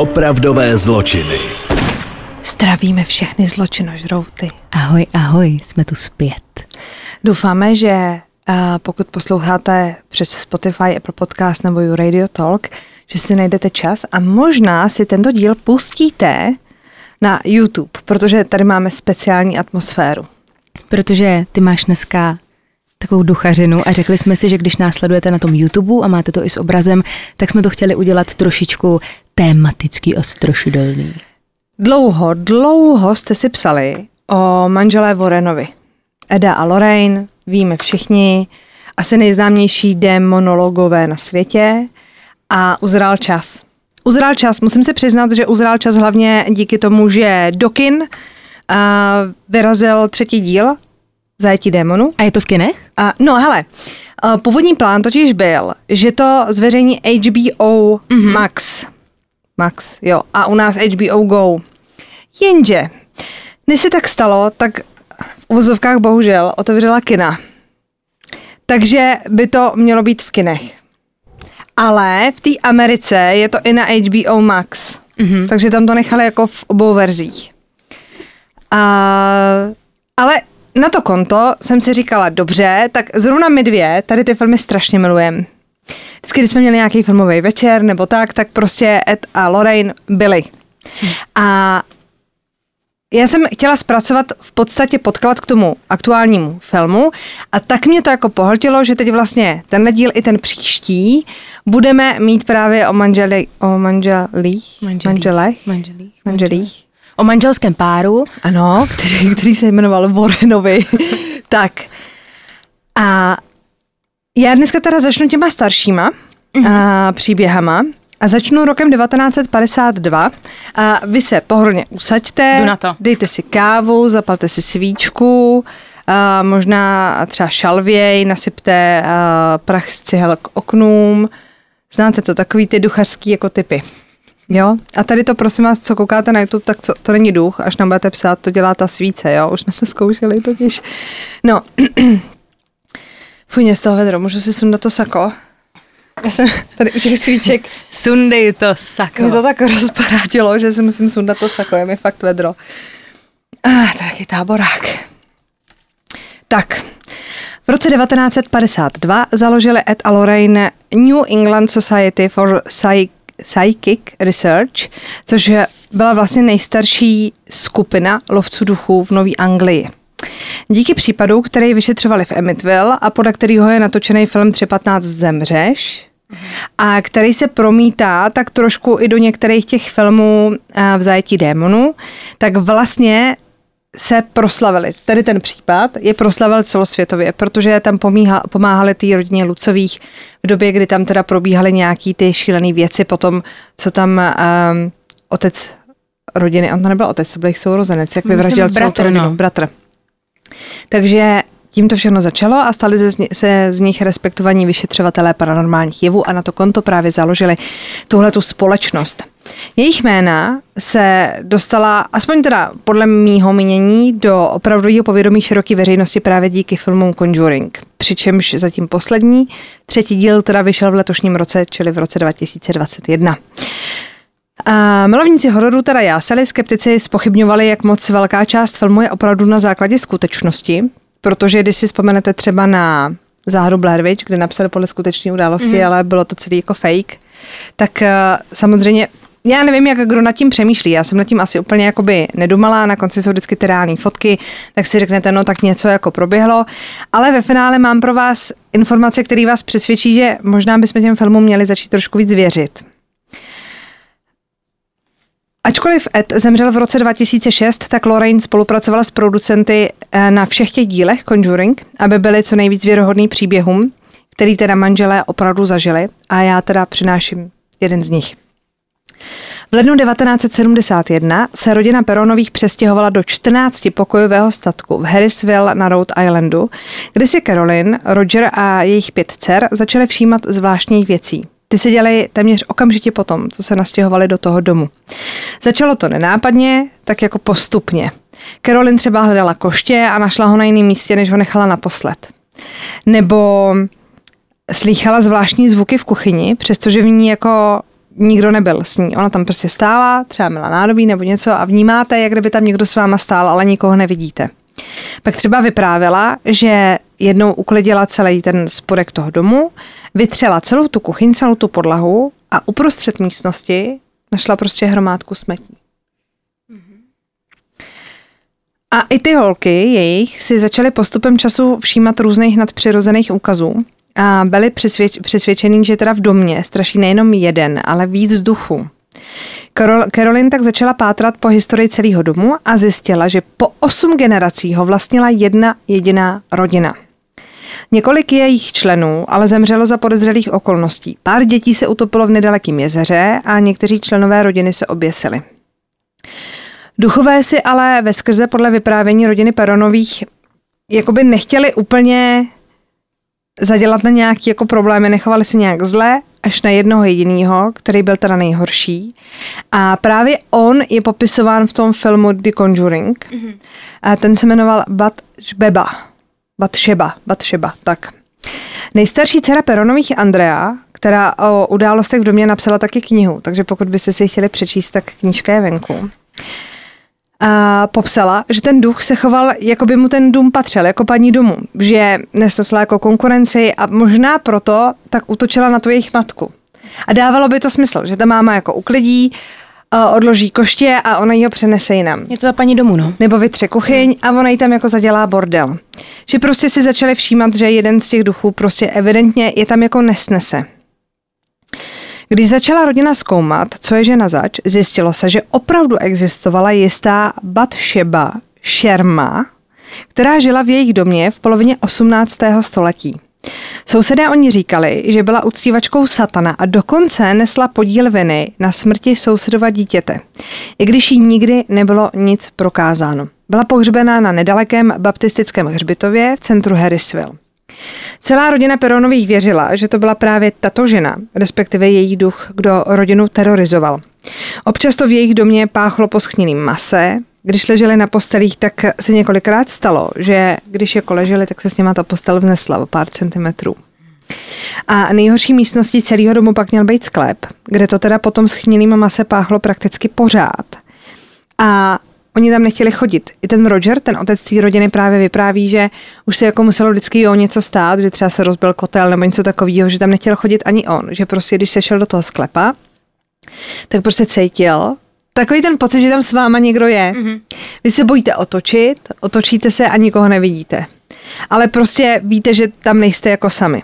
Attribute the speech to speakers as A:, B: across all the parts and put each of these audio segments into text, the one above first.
A: Opravdové zločiny.
B: Zdravíme všechny zločinožrouty.
C: Ahoj, ahoj, jsme tu zpět.
B: Doufáme, že pokud posloucháte přes Spotify, Apple Podcast nebo YouRadio Talk, že si najdete čas a možná si tento díl pustíte na YouTube, protože tady máme speciální atmosféru.
C: Protože ty máš dneska takovou duchařinu a řekli jsme si, že když nás sledujete na tom YouTube a máte to i s obrazem, tak jsme to chtěli udělat trošičku tematický a strašidelný.
B: Dlouho jste si psali o manželé Warrenovi. Eda a Lorraine, víme všichni, asi nejznámější demonologové na světě a uzrál čas. Musím si přiznat, že uzrál čas hlavně díky tomu, že do kin vyrazil 3. díl Zajetí démonů.
C: A je to v kinech?
B: Původní plán totiž byl, že to zveřejní HBO Max, jo, a u nás HBO Go. Jenže, než se tak stalo, tak v uvozovkách bohužel otevřela kina. Takže by to mělo být v kinech. Ale v té Americe je to i na HBO Max. Takže tam to nechali jako v obou verzích. Ale na to konto jsem si říkala, dobře, tak zrovna my dvě tady ty filmy strašně milujeme. Vždycky, když jsme měli nějaký filmový večer nebo tak prostě Ed a Lorraine byli. A já jsem chtěla zpracovat v podstatě podklad k tomu aktuálnímu filmu a tak mě to jako pohltilo, že teď vlastně tenhle díl i ten příští budeme mít právě o manželích.
C: O manželském páru.
B: Ano, který se jmenoval Warrenovi. Tak. A já dneska teda začnu těma staršíma příběhama a začnu rokem 1952. A vy se pohodlně usaďte, dejte si kávu, zapalte si svíčku, možná třeba šalvěj, nasypte prach z cihel k oknům. Znáte to, takový ty duchařský jako typy. Jo? A tady to, prosím vás, co koukáte na YouTube, tak to není duch, až nám budete psát, to dělá ta svíce, jo? Už jsme to zkoušeli totiž. No, fuj, mě z toho vedro, můžu si sundat to sako? Já jsem tady u těch svíček.
C: Sundej to sako.
B: Mě to tak rozparádilo, že si musím sundat to sako, je mi fakt vedro. To je jaký táborák. Tak, v roce 1952 založili Ed a Lorraine New England Society for Psychic Research, což byla vlastně nejstarší skupina lovců duchů v Nový Anglii. Díky případu, který vyšetřovali v Amityville a podle kterého je natočený film 3:15 zemřeš a který se promítá tak trošku i do některých těch filmů v Zajetí démonů, tak vlastně se proslavili. Tady ten případ je proslavil celosvětově, protože tam pomáhali té rodině Lucových v době, kdy tam teda probíhaly nějaký ty šílené věci, potom, co tam otec rodiny, on to nebyl otec, to byl jich sourozenec, jak vyvraždil celou tu rodinu, bratr. Takže tím to všechno začalo a stali se z nich respektovaní vyšetřovatelé paranormálních jevů a na to konto právě založili tuhletu společnost. Jejich jména se dostala, aspoň teda podle mýho mínění, do opravdového povědomí široké veřejnosti právě díky filmu Conjuring. Přičemž zatím poslední, 3. díl teda vyšel v letošním roce, čili v roce 2021. Milovníci hororu teda jásali, skeptici zpochybňovali, jak moc velká část filmu je opravdu na základě skutečnosti, protože když si vzpomenete třeba na záhadu Blair Witch, kde napsali podle skutečné události, ale bylo to celý jako fake, tak samozřejmě já nevím, jak kdo nad tím přemýšlí. Já jsem nad tím asi úplně jakoby nedumala, na konci jsou vždycky ty reální fotky, tak si řeknete, no tak něco jako proběhlo, ale ve finále mám pro vás informace, které vás přesvědčí, že možná bychom těm filmům měli začít trošku víc věřit. Ačkoliv Ed zemřel v roce 2006, tak Lorraine spolupracovala s producenty na všech těch dílech Conjuring, aby byly co nejvíc věrohodný příběhům, který teda manželé opravdu zažili a já teda přináším jeden z nich. V lednu 1971 se rodina Peronových přestěhovala do 14pokojového statku v Harrisville na Rhode Islandu, kde si Caroline, Roger a jejich 5 dcer začaly všímat zvláštních věcí. Ty se dělají téměř okamžitě potom, co se nastěhovali do toho domu. Začalo to nenápadně, tak jako postupně. Caroline třeba hledala koště a našla ho na jiném místě, než ho nechala naposled. Nebo slýchala zvláštní zvuky v kuchyni, přestože v ní jako nikdo nebyl s ní. Ona tam prostě stála, třeba měla nádobí nebo něco a vnímáte, jak kdyby tam někdo s váma stál, ale nikoho nevidíte. Pak třeba vyprávěla, že jednou uklidila celý ten spodek toho domu, vytřela celou tu kuchyň, celou tu podlahu a uprostřed místnosti našla prostě hromádku smetí. A i ty holky jejich si začaly postupem času všímat různých nadpřirozených úkazů a byly přesvědčený, že teda v domě straší nejenom jeden, ale víc duchů. Caroline tak začala pátrat po historii celého domu a zjistila, že po 8 generací ho vlastnila jedna jediná rodina. Několik jejich členů ale zemřelo za podezřelých okolností. Pár dětí se utopilo v nedalekém jezeře a někteří členové rodiny se oběsili. Duchové si ale veskrze podle vyprávění rodiny Peronových jakoby nechtěli úplně zadělat na nějaké jako problémy, nechovali se nějak zle, až na jednoho jedinýho, který byl teda nejhorší. A právě on je popisován v tom filmu The Conjuring. A ten se jmenoval Batšeba, tak. Nejstarší dcera Peronových Andrea, která o událostech v domě napsala taky knihu, takže pokud byste si ji chtěli přečíst, tak knížka je venku. A popsala, že ten duch se choval, jako by mu ten dům patřil, jako paní domu, že nesnesla jako konkurenci a možná proto tak útočila na tu jejich matku. A dávalo by to smysl, že ta máma jako uklidí, odloží koště a ona jí ho přenese jinam.
C: Je to ta paní domu, no.
B: Nebo vytře kuchyň a ona jí tam jako zadělá bordel. Že prostě si začali všímat, že jeden z těch duchů prostě evidentně je tam jako nesnese. Když začala rodina zkoumat, co je žena zač, zjistilo se, že opravdu existovala jistá Batšeba Šerma, která žila v jejich domě v polovině 18. století. Sousedé o ní říkali, že byla uctívačkou satana a dokonce nesla podíl viny na smrti sousedova dítěte, i když jí nikdy nebylo nic prokázáno. Byla pohřbená na nedalekém baptistickém hřbitově v centru Harrisville. Celá rodina Peronových věřila, že to byla právě tato žena, respektive její duch, kdo rodinu terorizoval. Občas to v jejich domě páchlo po schnilým mase. Když leželi na postelích, tak se několikrát stalo, že když jako leželi, tak se s nima ta postel vznesla o pár centimetrů. A nejhorší místností celého domu pak měl být sklep, kde to teda potom schnilým mase páchlo prakticky pořád. A oni tam nechtěli chodit. I ten Roger, ten otec té rodiny, právě vypráví, že už se jako muselo vždycky o něco stát, že třeba se rozbil kotel nebo něco takového, že tam nechtěl chodit ani on. Že prostě, když se šel do toho sklepa, tak prostě cítil takový ten pocit, že tam s váma někdo je. Vy se bojíte otočíte se a nikoho nevidíte. Ale prostě víte, že tam nejste jako sami.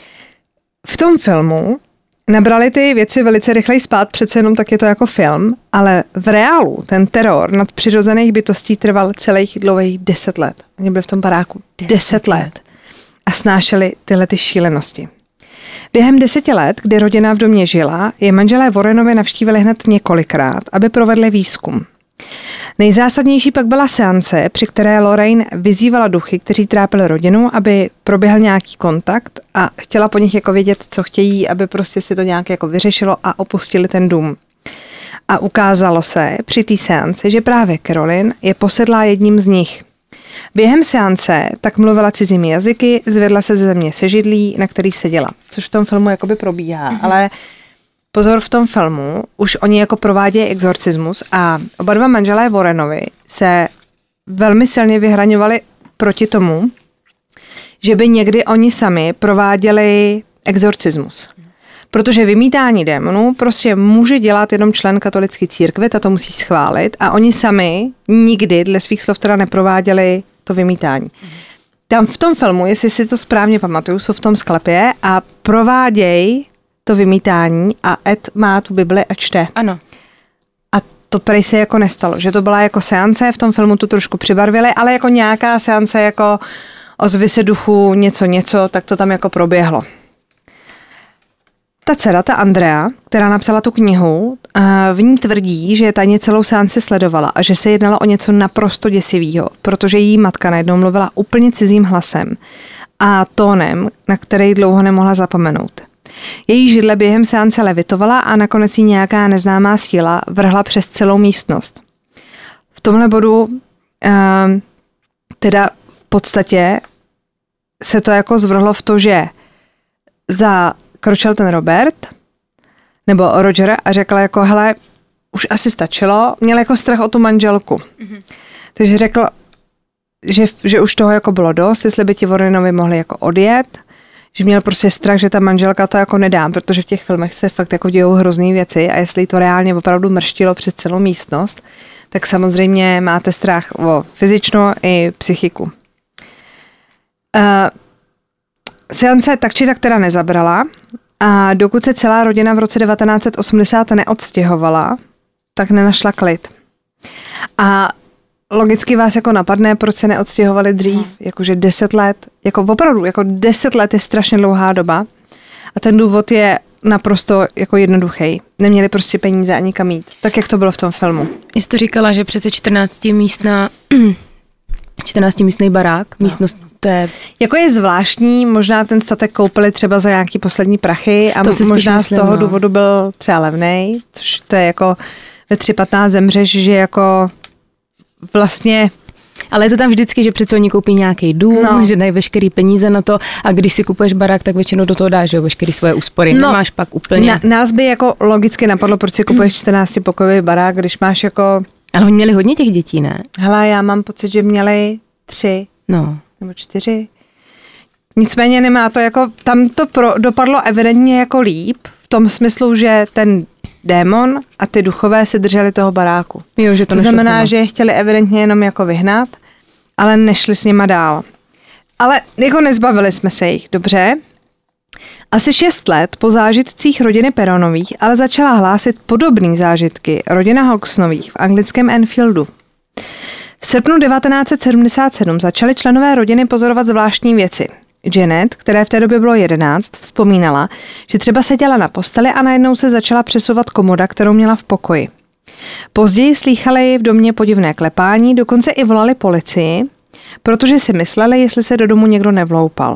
B: V tom filmu nabrali ty věci velice rychleji spát, přece jenom tak je to jako film, ale v reálu ten teror nadpřirozených bytostí trval celých dlouhých 10 let. Oni byli v tom baráku 10 let a snášeli tyhle ty šílenosti. Během 10 let, kdy rodina v domě žila, je manželé Warrenovi navštívili hned několikrát, aby provedli výzkum. Nejzásadnější pak byla seance, při které Lorraine vyzývala duchy, kteří trápili rodinu, aby proběhl nějaký kontakt a chtěla po nich jako vědět, co chtějí, aby prostě si to nějak jako vyřešilo a opustili ten dům. A ukázalo se při té seanci, že právě Caroline je posedlá jedním z nich. Během seance tak mluvila cizími jazyky, zvedla se ze země se židlí, na který seděla, což v tom filmu jakoby probíhá, ale pozor, v tom filmu už oni jako provádějí exorcismus a oba dva manželé Warrenovi se velmi silně vyhraňovali proti tomu, že by někdy oni sami prováděli exorcismus. Protože vymítání démonů prostě může dělat jenom člen katolické církve, ta to musí schválit a oni sami nikdy dle svých slov teda neprováděli to vymítání. Tam v tom filmu, jestli si to správně pamatuju, jsou v tom sklepě a provádějí to vymítání a Ed má tu Bibli a čte.
C: Ano.
B: A to prej se jako nestalo, že to byla jako seance, v tom filmu tu trošku přibarvili, ale jako nějaká seance jako ozvi se duchu něco, tak to tam jako proběhlo. Ta dcera, ta Andrea, která napsala tu knihu, v ní tvrdí, že tajně celou seanci sledovala a že se jednalo o něco naprosto děsivého, protože její matka najednou mluvila úplně cizím hlasem a tónem, na který dlouho nemohla zapomenout. Její židle během seance levitovala a nakonec jí nějaká neznámá síla vrhla přes celou místnost. V tomhle bodu teda v podstatě se to jako zvrhlo v to, že zakročil ten Robert nebo Rogera a řekla jako, hele, už asi stačilo, měl jako strach o tu manželku. Takže řekl, že už toho jako bylo dost, jestli by ti Warrenovi mohli jako odjet, že měl prostě strach, že ta manželka to jako nedá, protože v těch filmech se fakt jako dějou hrozný věci a jestli to reálně opravdu mrštilo přes celou místnost, tak samozřejmě máte strach o fyzičnou i psychiku. Seance tak či tak teda nezabrala a dokud se celá rodina v roce 1980 neodstěhovala, tak nenašla klid. A logicky vás jako napadne, proč se neodstěhovali dřív, jakože 10 let, jako opravdu, jako 10 let je strašně dlouhá doba a ten důvod je naprosto jako jednoduchý. Neměli prostě peníze ani kam jít, tak jak to bylo v tom filmu.
C: Jsi to říkala, že přece 14místný barák, místnost, to je...
B: Jako je zvláštní, možná ten statek koupili třeba za nějaký poslední prachy a možná z toho důvodu byl třeba levnej, což to je jako ve 3:15 zemřeš, že jako vlastně...
C: Ale je to tam vždycky, že přece oni koupí nějaký dům, že dají veškerý peníze na to a když si kupuješ barák, tak většinou do toho dáš, že veškerý svoje úspory. Nemáš pak úplně...
B: Nás by jako logicky napadlo, proč si kupuješ 14pokojový barák, když máš jako...
C: Ale oni měli hodně těch dětí, ne?
B: Hele, já mám pocit, že měli 3 nebo 4. Nicméně nemá to jako... Tam to dopadlo evidentně jako líp, v tom smyslu, že ten démon a ty duchové se drželi toho baráku.
C: Jo, že to
B: znamená, že je chtěli evidentně jenom jako vyhnat, ale nešli s nima dál. Ale jako nezbavili jsme se jich, dobře. Asi 6 let po zážitcích rodiny Peronových ale začala hlásit podobné zážitky rodina Hodgsonových v anglickém Enfieldu. V srpnu 1977 začali členové rodiny pozorovat zvláštní věci. Janet, které v té době bylo 11, vzpomínala, že třeba seděla na posteli a najednou se začala přesouvat komoda, kterou měla v pokoji. Později slýchali v domě podivné klepání, dokonce i volali policii, protože si mysleli, jestli se do domu někdo nevloupal.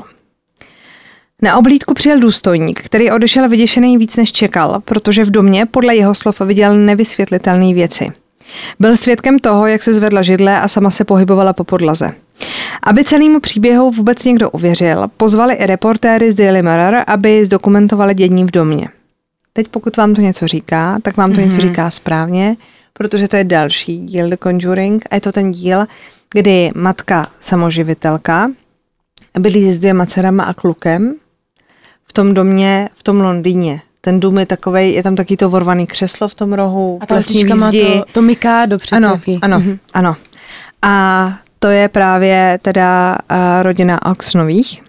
B: Na oblídku přijel důstojník, který odešel vyděšený víc než čekal, protože v domě podle jeho slov viděl nevysvětlitelné věci. Byl svědkem toho, jak se zvedla židle a sama se pohybovala po podlaze. Aby celému příběhu vůbec někdo uvěřil, pozvali i reportéry z Daily Mirror, aby zdokumentovali dění v domě. Teď pokud vám to něco říká, tak vám to něco říká správně, protože to je další díl The Conjuring a je to ten díl, kdy matka samoživitelka bydlí s 2 dcerama a klukem v tom domě v tom Londýně. Ten dům je takovej, je tam taky to vorvaný křeslo v tom rohu,
C: a ta letička má to Mikádo předsevky.
B: Ano. A to je právě teda rodina Hodgsonových.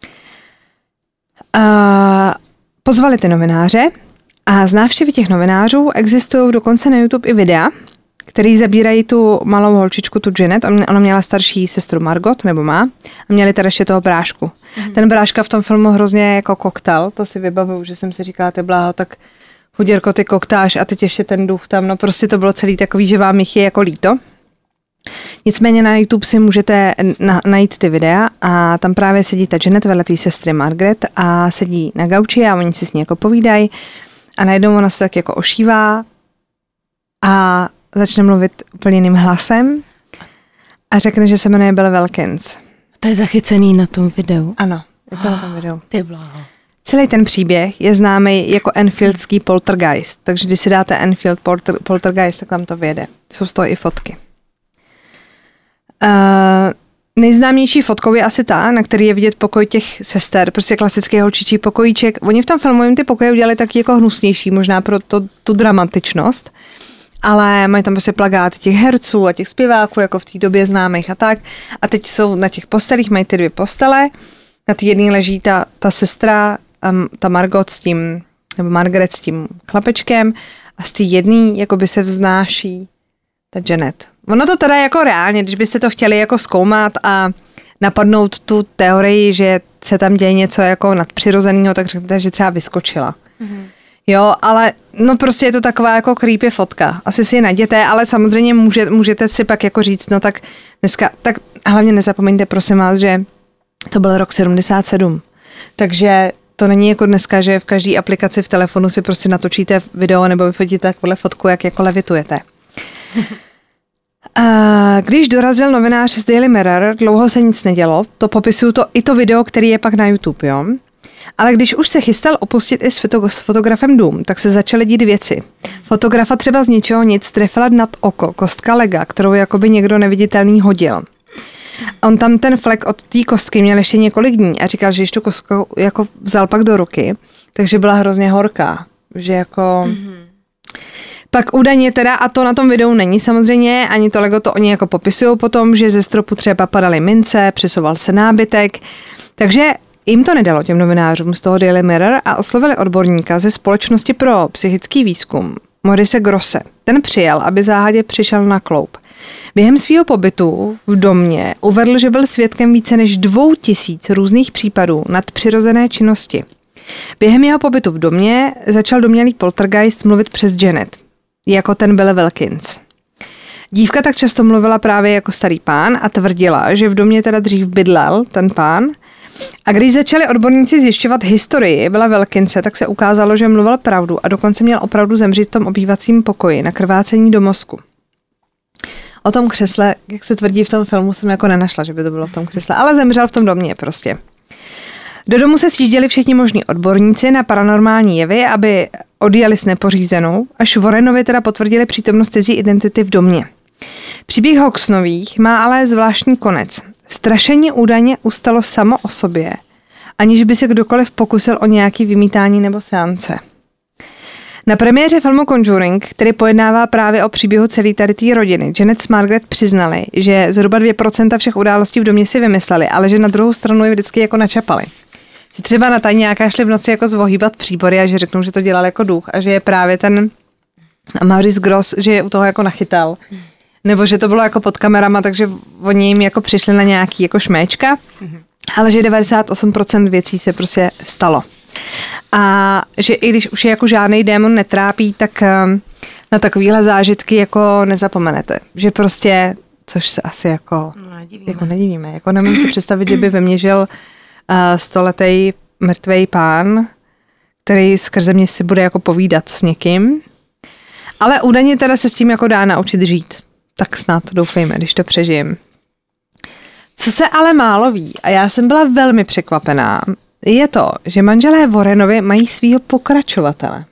B: Pozvali ty novináře a z návštěvy těch novinářů existují dokonce na YouTube i videa, který zabírají tu malou holčičku, tu Janet. Ona měla starší sestru Margot, nebo má, a měli teda ještě toho brášku. Ten bráška v tom filmu hrozně jako koktal, to si vybavuju, že jsem si říkala, ty bláho, tak chuděrko, ty koktáš a teď ještě ten duch tam, no prostě to bylo celý takový, že vám jich je jako líto. Nicméně na YouTube si můžete najít ty videa a tam právě sedí ta Janet vedle té sestry Margaret a sedí na gauči a oni si s ní jako povídají a najednou ona se tak jako ošívá a začne mluvit úplně jiným hlasem a řekne, že se jmenuje Bill Wilkins.
C: To je zachycený na tom videu.
B: Ano, je to na tom videu.
C: Ty bláho.
B: Celý ten příběh je známý jako Enfieldský poltergeist, takže když si dáte Enfield poltergeist, tak vám to vyjede. Jsou z toho i fotky. Nejznámější fotkou je asi ta, na který je vidět pokoj těch sester, prostě klasický holčičí pokojíček. Oni v tom filmu jim ty pokoje udělali taky jako hnusnější, možná pro tu dramatičnost, ale mají tam prostě plakáty těch herců a těch zpěváků, jako v té době známých a tak. A teď jsou na těch postelích, mají ty 2 postele, na té jedné leží ta sestra, ta Margot s tím, nebo Margaret s tím chlapečkem a z té jedné jakoby se vznáší ta Janet. Ono to teda jako reálně, když byste to chtěli jako zkoumat a napadnout tu teorii, že se tam děje něco jako nadpřirozeného, tak řeknete, že třeba vyskočila. Jo, ale no prostě je to taková jako creepy fotka. Asi si ji najděte, ale samozřejmě můžete si pak jako říct, no tak dneska, tak hlavně nezapomeňte prosím vás, že to byl rok 77. Takže to není jako dneska, že v každé aplikaci v telefonu si prostě natočíte video nebo vyfotíte takovou fotku, jak jako levitujete. Když dorazil novinář z Daily Mirror, dlouho se nic nedělo, to popisuju to i to video, který je pak na YouTube, jo. Ale když už se chystal opustit i s fotografem dům, tak se začaly dít věci. Fotografa třeba z ničeho nic trefila nad oko kostka lega, kterou jakoby někdo neviditelný hodil. On tam ten flek od té kostky měl ještě několik dní a říkal, že ještě tu kostku jako vzal pak do ruky, takže byla hrozně horká. Že jako... Pak údajně teda, a to na tom videu není samozřejmě, ani to Lego to oni jako popisují potom, že ze stropu třeba padaly mince, přesouval se nábytek, takže jim to nedalo těm novinářům z toho Daily Mirror a oslovili odborníka ze společnosti pro psychický výzkum, Maurice Grosse. Ten přijel, aby záhadě přišel na kloub. Během svého pobytu v domě uvedl, že byl svědkem více než 2000 různých případů nadpřirozené činnosti. Během jeho pobytu v domě začal domnělý poltergeist mluvit přes Janet, jako ten Bill Wilkins. Dívka tak často mluvila právě jako starý pán a tvrdila, že v domě teda dřív bydlel ten pán. A když začali odborníci zjišťovat historii Billa Wilkinse, tak se ukázalo, že mluvil pravdu a dokonce měl opravdu zemřít v tom obývacím pokoji na krvácení do mozku. O tom křesle, jak se tvrdí v tom filmu, jsem jako nenašla, že by to bylo v tom křesle, ale zemřel v tom domě prostě. Do domu se sjížděli všichni možní odborníci na paranormální jevy, aby odjeli s nepořízenou, až Warrenovi teda potvrdili přítomnost cizí identity v domě. Příběh Hoxnových má ale zvláštní konec. Strašení údajně ustalo samo o sobě, aniž by se kdokoliv pokusil o nějaký vymítání nebo seance. Na premiéře filmu Conjuring, který pojednává právě o příběhu celé tady té rodiny, Janet s Margaret přiznali, že zhruba 2% všech událostí v domě si vymysleli, ale že na druhou stranu je vždycky jako načapali. Že třeba na tajňáka šli v noci jako zvohýbat příbory a že řeknou, že to dělal jako duch a že je právě ten Maurice Grosse, že je u toho jako nachytal. Nebo že to bylo jako pod kamerama, takže oni jim jako přišli na nějaký jako šméčka, ale že 98% věcí se prostě stalo. A že i když už je jako žádný démon netrápí, tak na takovýhle zážitky jako nezapomenete. Že prostě, což se asi jako nedivíme. Jako nemůžu si představit, že by ve mně žil 100letý mrtvej pán, který skrze mě si bude jako povídat s někým. Ale údajně teda se s tím jako dá naučit žít. Tak snad doufejme, když to přežijem. Co se ale málo ví, a já jsem byla velmi překvapená, je to, že manželé Warrenovi mají svýho pokračovatele.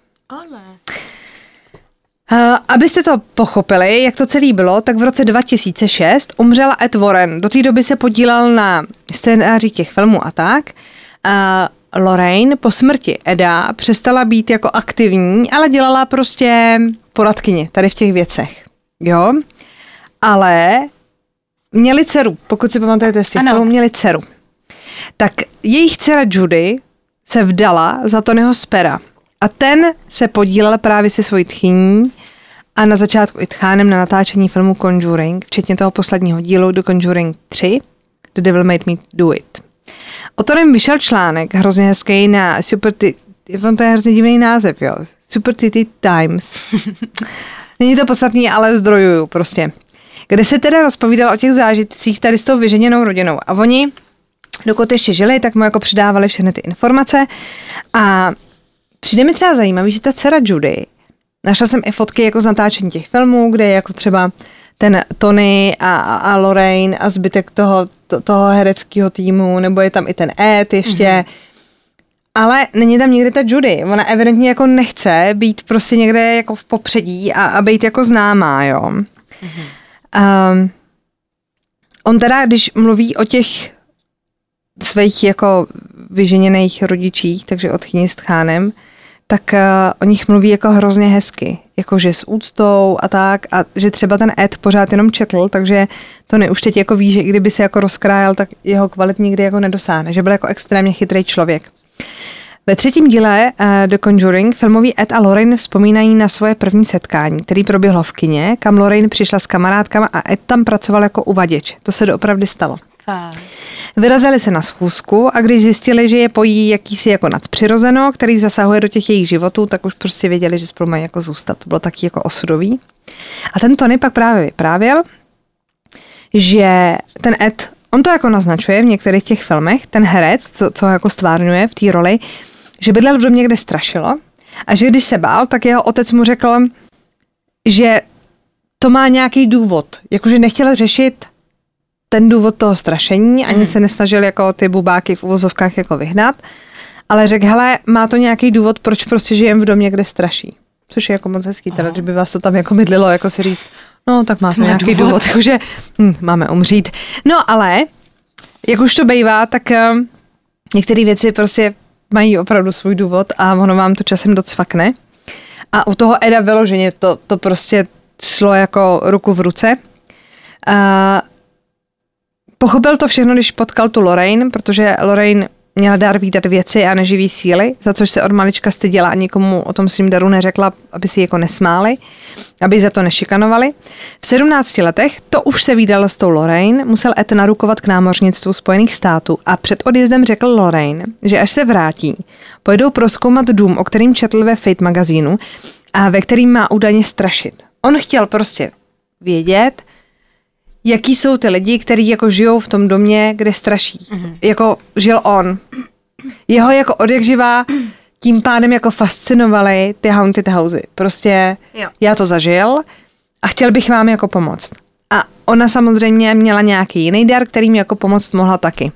B: Abyste to pochopili, jak to celé bylo, tak v roce 2006 umřela Ed Warren. Do té doby se podílel na scénářích těch filmů a tak. Lorraine po smrti Eda přestala být jako aktivní, ale dělala prostě poradkyni tady v těch věcech. Jo? Ale měli dceru, pokud si pamatujete z těch filmů, měli dceru. Tak jejich dcera Judy se vdala za Tonyho Spera a ten se podílel právě se svojí tchyní a na začátku i tchánem na natáčení filmu Conjuring, včetně toho posledního dílu The Conjuring 3, The Devil Made Me Do It. O Tonym vyšel článek hrozně hezký na to je hrozně divný název, jo. Super Titty Times. Není to podstatný, ale zdrojuju prostě. Kde se teda rozpovídal o těch zážitcích tady s tou vyženěnou rodinou. A oni, dokud ještě žili, tak mu jako přidávali všechny ty informace. A přijde mi třeba zajímavý, že ta dcera Judy, našla jsem i fotky jako z natáčení těch filmů, kde je jako třeba ten Tony a Lorraine a zbytek toho hereckého týmu, nebo je tam i ten Ed ještě. Ale není tam nikdy ta Judy. Ona evidentně jako nechce být prostě někde jako v popředí a být jako známá, jo. On teda, když mluví o těch svých jako vyženěných rodičích, takže od tchyni s tchánem, tak o nich mluví jako hrozně hezky. Jakože s úctou a tak. A že třeba ten Ed pořád jenom četl, takže to už teď jako ví, že kdyby se jako rozkrájel, tak jeho kvalit nikdy jako nedosáhne. Že byl jako extrémně chytrý člověk. Ve třetím díle The Conjuring filmový Ed a Lorraine vzpomínají na svoje první setkání, který proběhlo v kině, kam Lorraine přišla s kamarádkama a Ed tam pracoval jako uvaděč. To se doopravdy stalo. Vyrazili se na schůzku a když zjistili, že je pojí jakýsi jako nadpřirozeno, který zasahuje do těch jejich životů, tak už prostě věděli, že spolu mají jako zůstat. To bylo taky jako osudový. A ten Tony pak právě vyprávěl, že ten Ed, on to jako naznačuje v některých těch filmech, ten herec, co jako stvárňuje v té roli, že bydlel v domě, kde strašilo a že když se bál, tak jeho otec mu řekl, že to má nějaký důvod, jakože nechtěl řešit ten důvod toho strašení, ani se nesnažil jako ty bubáky v uvozovkách jako vyhnat, ale řekl, hele, má to nějaký důvod, proč prostě žijem v domě, kde straší. Což je jako moc hezký, teda, kdyby vás to tam jako mydlilo, jako si říct, no tak má to nějaký důvod, jakože máme umřít. No ale, jak už to bývá, tak některé věci prostě mají opravdu svůj důvod a ono vám to časem docvakne. A u toho Eda vyloženě to prostě šlo jako ruku v ruce. Pochopil to všechno, když potkal tu Lorraine, protože Lorraine měla dar vídat věci a neživý síly, za což se od malička styděla a nikomu o tom svým daru neřekla, aby si jako nesmáli, aby za to nešikanovali. V 17 letech, to už se vídalo s tou Lorraine, musel Ed narukovat k námořnictvu Spojených států a před odjezdem řekl Lorraine, že až se vrátí, pojedou prozkoumat dům, o kterým četl ve Fate magazínu a ve kterým má údajně strašit. On chtěl prostě vědět, jaký jsou ty lidi, kteří jako žijou v tom domě, kde straší. Jako žil on. Jeho jako odjakživa tím pádem jako fascinovaly ty haunted housey. Prostě já to zažil a chtěl bych vám jako pomoct. A ona samozřejmě měla nějaký jiný dar, který mi jako pomoct mohla taky.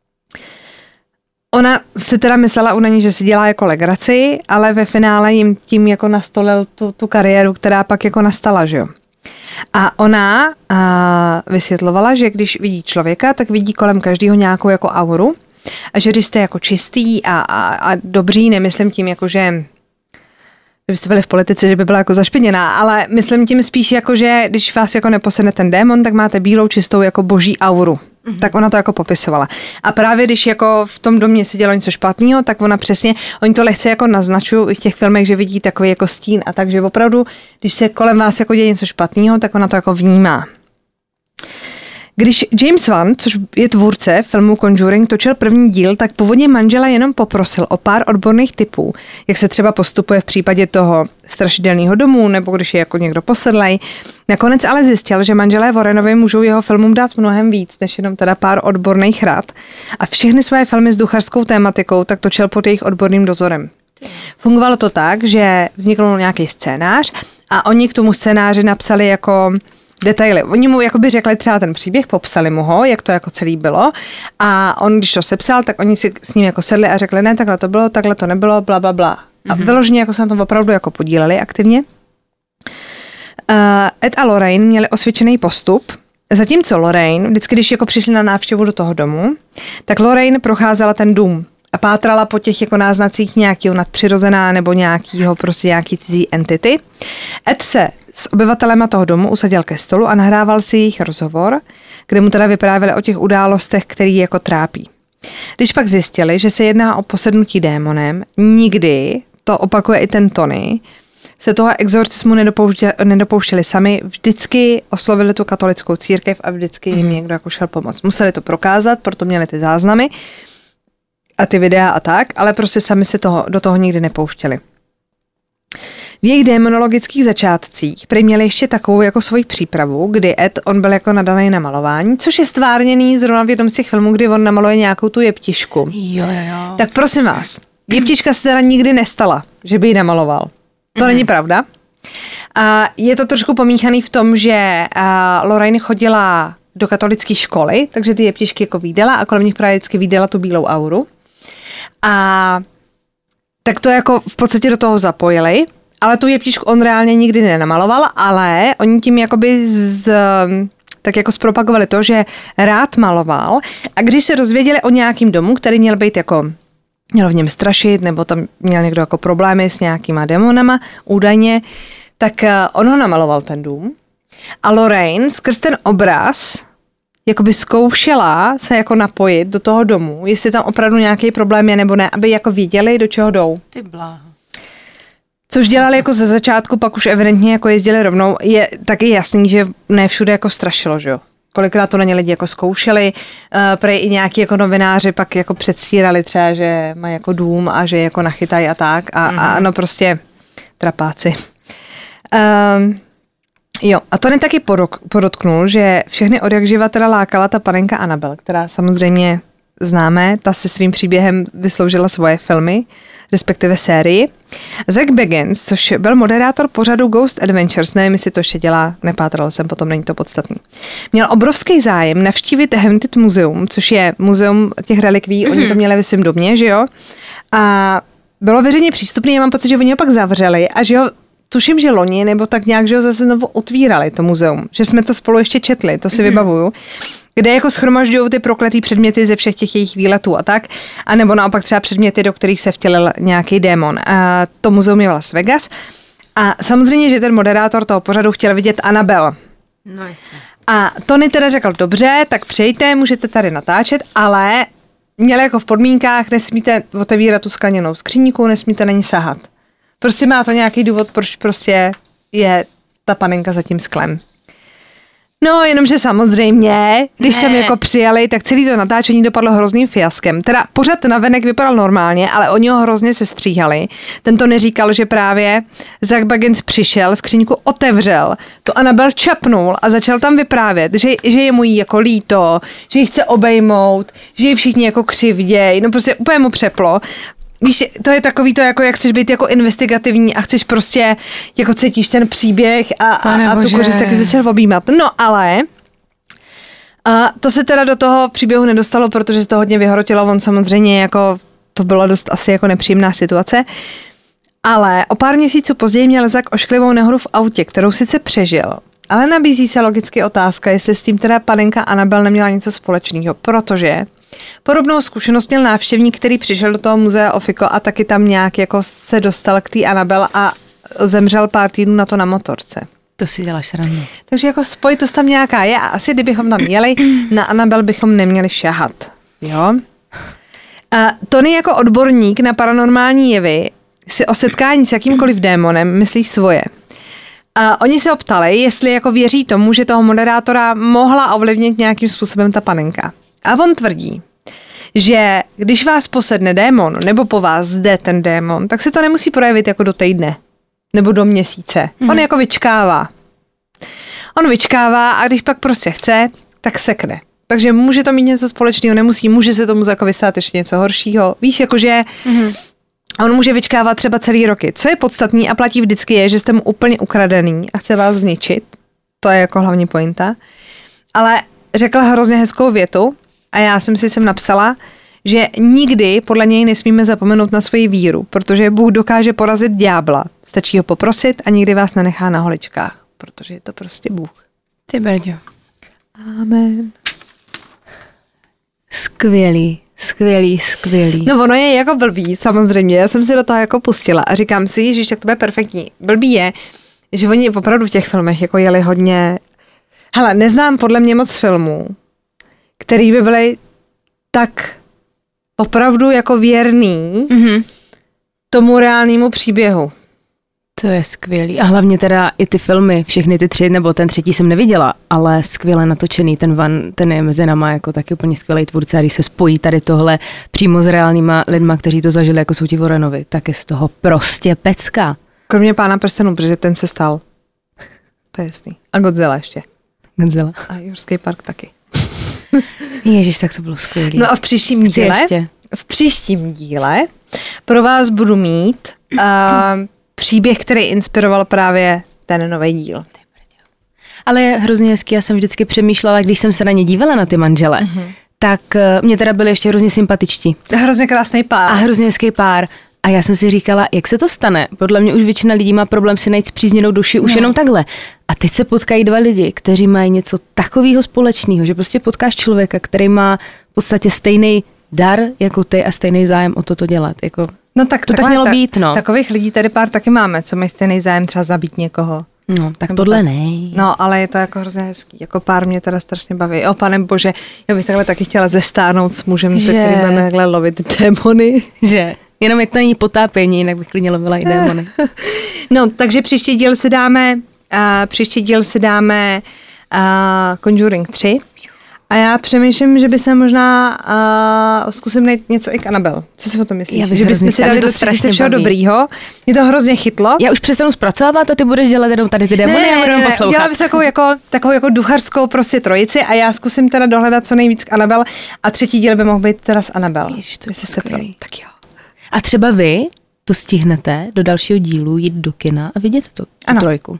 B: Ona si teda myslela u ní, že si dělá jako legraci, ale ve finále jim tím jako nastolil tu kariéru, která pak jako nastala, že jo. A ona vysvětlovala, že když vidí člověka, tak vidí kolem každého nějakou jako auru a že když jste jako čistý a dobří, nemyslím tím jako, že kdybyste byli v politice, že by byla jako zašpiněná, ale myslím tím spíš jako, že když vás jako neposedne ten démon, tak máte bílou čistou jako boží auru. Tak ona to jako popisovala. A právě když jako v tom domě se dělo něco špatného, tak ona přesně, oni to lehce jako naznačují i v těch filmech, že vidí takový jako stín a takže opravdu, když se kolem vás jako děje něco špatného, tak ona to jako vnímá. Když James Wan, což je tvůrce filmu Conjuring, točil první díl, tak původně manžela jenom poprosil o pár odborných tipů, jak se třeba postupuje v případě toho strašidelného domu, nebo když je jako někdo posedlej. Nakonec ale zjistil, že manželé Warrenovi můžou jeho filmům dát mnohem víc, než jenom teda pár odborných rad. A všechny své filmy s duchařskou tématikou tak točil pod jejich odborným dozorem. Fungovalo to tak, že vznikl nějaký scénář a oni k tomu scénáři napsali jako detaily. Oni mu jakoby řekli třeba ten příběh, popsali mu ho, jak to jako celý bylo a on, když to sepsal, tak oni si s ním jako sedli a řekli, ne, takhle to bylo, takhle to nebylo, bla, bla, bla. A vyloženě jako se na tom opravdu jako podíleli aktivně. Ed a Lorraine měli osvědčený postup, zatímco Lorraine, vždycky, když jako přišli na návštěvu do toho domu, tak Lorraine procházela ten dům a pátrala po těch jako náznacích nějakého nadpřirozená nebo nějakého prostě nějaký cizí entity. Ed se s obyvatelema toho domu usadil ke stolu a nahrával si jejich rozhovor, kde mu teda vyprávěli o těch událostech, který jako trápí. Když pak zjistili, že se jedná o posednutí démonem, nikdy, to opakuje i ten Tony, se toho exorcismu nedopouštěli sami, vždycky oslovili tu katolickou církev a vždycky jim někdo jako šel pomoct. Museli to prokázat, proto měli ty záznamy a ty videa a tak, ale prostě sami se do toho nikdy nepouštěli. V jejich démonologických začátcích prý měli ještě takovou jako svoji přípravu, kdy Ed, on byl jako nadaný na malování, což je stvárněný zrovna v jednom z těch filmů, kdy on namaluje nějakou tu jeptišku.
C: Jo.
B: Tak prosím vás, jeptiška se teda nikdy nestala, že by ji namaloval. To není pravda. A je to trošku pomíchaný v tom, že Lorraine chodila do katolické školy, takže ty jeptišky jako viděla a kolem nich právě vždycky viděla tu bílou auru. A tak to jako v podstatě do toho zapojili, ale tu jeptišku on reálně nikdy nenamaloval, ale oni tím jakoby tak jako zpropagovali to, že rád maloval a když se dozvěděli o nějakým domu, který měl být jako měl v něm strašit, nebo tam měl někdo jako problémy s nějakýma démonama, údajně, tak on ho namaloval ten dům. A Lorraine skrz ten obraz jakoby zkoušela se jako napojit do toho domu, jestli tam opravdu nějaký problém je nebo ne, aby jako věděli, do čeho jdou.
C: Ty bláho.
B: Což dělali jako ze začátku, pak už evidentně jako jezdili rovnou. Je taky jasný, že ne všude jako strašilo, že jo. Kolikrát to na ně lidi jako zkoušeli, prej i nějaký jako novináři pak jako předstírali třeba, že mají jako dům a že jako nachytají a tak a no prostě trapáci. Jo, a to taky podotknul, že všechny odjakživa teda lákala ta panenka Annabelle, která samozřejmě známe, ta se svým příběhem vysloužila svoje filmy, respektive sérii. Zach Bagans, což byl moderátor pořadu Ghost Adventures, nevím, jestli to ještě dělá, nepátral jsem, potom není to podstatný. Měl obrovský zájem navštívit Haunted Museum, což je muzeum těch relikví, oni to měli ve svém domě, že jo? A bylo veřejně přístupný, já mám pocit, že oni ho pak zavřeli a že ho, tuším, že loni, nebo tak nějak, že ho zase znovu otvírali, to muzeum. Že jsme to spolu ještě četli, to si vybavuju. Kde jako shromažďují ty prokletý předměty ze všech těch jejich výletů a tak. A nebo naopak třeba předměty, do kterých se vtělil nějaký démon. A to muzeum je v Las Vegas. A samozřejmě, že ten moderátor toho pořadu chtěl vidět Annabelle.
C: No jasně.
B: A Tony teda řekl, dobře, tak přijďte, můžete tady natáčet, ale měli jako v podmínkách, nesmíte otevírat tu skleněnou skříňku, nesmíte na ní sahat. Prostě má to nějaký důvod, proč prostě je ta panenka za tím sklem. No, jenomže samozřejmě, když tam jako přijeli, tak celý to natáčení dopadlo hrozným fiaskem. Teda pořad navenek vypadal normálně, ale oni ho hrozně sestříhali. Ten to neříkal, že právě Zach Bagans přišel, skříňku otevřel, to Annabelle čapnul a začal tam vyprávět, že je mu jí jako líto, že ji chce obejmout, že ji všichni jako křivdějí, no prostě úplně mu přeplo. Víš, to je takový to, jako jak chceš být jako investigativní a chceš prostě, jako cítíš ten příběh a tu kořist taky začal objímat. No ale to se teda do toho příběhu nedostalo, protože se to hodně vyhrotilo, on samozřejmě jako, to byla dost asi jako nepříjemná situace. Ale o pár měsíců později měl Zach ošklivou nehodu v autě, kterou sice přežil, ale nabízí se logicky otázka, jestli s tím teda panenka Annabelle neměla něco společného, protože podobnou zkušenost měl návštěvník, který přišel do toho muzea Ofiko a taky tam nějak jako se dostal k té Annabelle a zemřel pár týdnů na to na motorce.
C: To si děláš srandu.
B: Takže jako spojitost tam nějaká je a asi kdybychom tam jeli, na Annabelle bychom neměli šahat. Jo? A Tony jako odborník na paranormální jevy si o setkání s jakýmkoliv démonem myslí svoje. A oni se optali, jestli jako věří tomu, že toho moderátora mohla ovlivnit nějakým způsobem ta panenka. A on tvrdí, že když vás posedne démon, nebo po vás jde ten démon, tak se to nemusí projevit jako do týdne, nebo do měsíce. On jako vyčkává. On vyčkává a když pak prostě chce, tak sekne. Takže může to mít něco společného, nemusí, může se tomu jako vystát ještě něco horšího. Víš, jakože on může vyčkávat třeba celý roky. Co je podstatný a platí vždycky je, že jste mu úplně ukradený a chce vás zničit. To je jako hlavní pointa. Ale řekla hrozně hezkou větu a já jsem si sem napsala, že nikdy podle něj nesmíme zapomenout na svoji víru, protože Bůh dokáže porazit ďábla. Stačí ho poprosit a nikdy vás nenechá na holičkách, protože je to prostě Bůh.
C: Ty Berďo.
B: Amen.
C: Skvělý.
B: No ono je jako blbý, samozřejmě. Já jsem si do toho jako pustila a říkám si, že tak to bude perfektní. Blbý je, že oni opravdu v těch filmech jako jeli hodně. Hele, neznám podle mě moc filmů, který by byly tak opravdu jako věrný tomu reálnému příběhu.
C: To je skvělý. A hlavně teda i ty filmy, všechny ty 3, nebo ten 3. jsem neviděla, ale skvěle natočený, ten je mezi náma jako taky úplně skvělý tvůrce, a když se spojí tady tohle přímo s reálnýma lidma, kteří to zažili, jako jsou ti Warrenovi, tak je z toho prostě pecka.
B: Kromě Pána prstenů, protože ten se stal. To je jasný. A Godzilla ještě.
C: Godzilla.
B: A Jurský park taky.
C: Ježiš, tak to bylo skvělý.
B: No a v příštím díle pro vás budu mít příběh, který inspiroval právě ten nový díl.
C: Ale je hrozně hezký, já jsem vždycky přemýšlela, když jsem se na ně dívala, na ty manžele, tak mě teda byli ještě hrozně sympatičtí.
B: Hrozně krásný pár.
C: A hrozně hezký pár. A já jsem si říkala, jak se to stane? Podle mě už většina lidí má problém si najít spřízněnou duši už jenom takhle. A teď se potkají dva lidi, kteří mají něco takového společného, že prostě potkáš člověka, který má v podstatě stejný dar jako ty a stejný zájem o toto dělat. Jako,
B: no tak
C: to tak mělo být, no.
B: Takových lidí tady pár taky máme, co mají stejný zájem třeba zabít někoho.
C: No, tak tohle ne.
B: No, ale je to jako hrozně hezký. Jako pár mě teda strašně baví. O, pane bože, já bych takhle taky chtěla zestárnout s mužem, se kterým budeme takhle lovit démony.
C: Že? Jenom jak to není potápění, jinak bych klidně lovila i démony.
B: No, takže příští díl si dáme Conjuring 3. A já přemýšlím, že by se možná zkusím najít něco i k Annabelle. Co si o tom myslíš? Že bychom si dali do třetice všeho dobrýho. Mě to hrozně chytlo.
C: Já už přestanu zpracovávat a ty budeš dělat jenom tady ty démony a budeme poslouchat.
B: Dělám si takovou jako duchařskou prostě trojici a já zkusím teda dohledat co nejvíc k Annabelle a třetí díl by mohl být teda s Annabelle.
C: Ježiš, to je
B: tak jo.
C: A třeba vy to stihnete do dalšího dílu jít do kina a vidět tu trojku.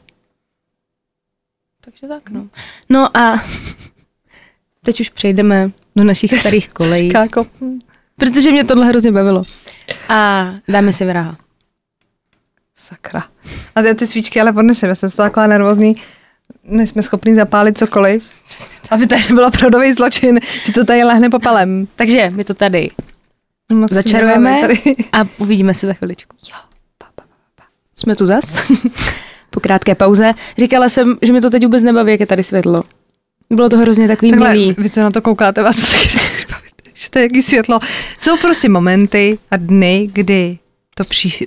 C: Takže tak, no. No a teď už přejdeme do našich starých kolejí. Protože mě tohle hrozně bavilo. A dáme si vraha.
B: Sakra. A ty svíčky ale odnesem, já jsem taková nervózní, nejsme schopní zapálit cokoliv, aby tady nebylo opravdový zločin, že to tady lehne popelem.
C: Takže my to tady
B: Moc
C: začarujeme a uvidíme se za chviličku.
B: Jo.
C: Jsme tu zas. Po krátké pauze. Říkala jsem, že mi to teď vůbec nebaví, jak je tady světlo. Bylo to hrozně takový milý.
B: Vy co na to koukáte, vás taky nemusí bavit, že to je jaký světlo. Jsou prostě momenty a dny, kdy to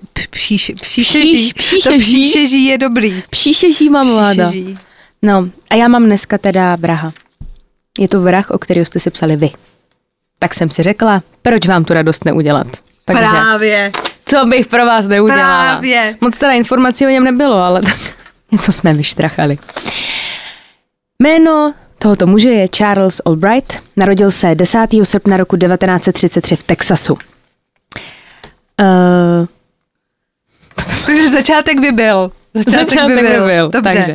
B: příšeží je dobrý.
C: Příšeží mám vláda. No a já mám dneska teda vraha. Je to vrah, o kterého jste si psali vy. Tak jsem si řekla, proč vám tu radost neudělat. Takže,
B: právě.
C: Co bych pro vás neudělala.
B: Právě.
C: Moc teda informací o něm nebylo, ale tak něco jsme vyštrachali. Jméno tohoto muže je Charles Albright. Narodil se 10. srpna roku 1933 v Texasu.
B: Začátek by byl. Dobře.
C: Takže.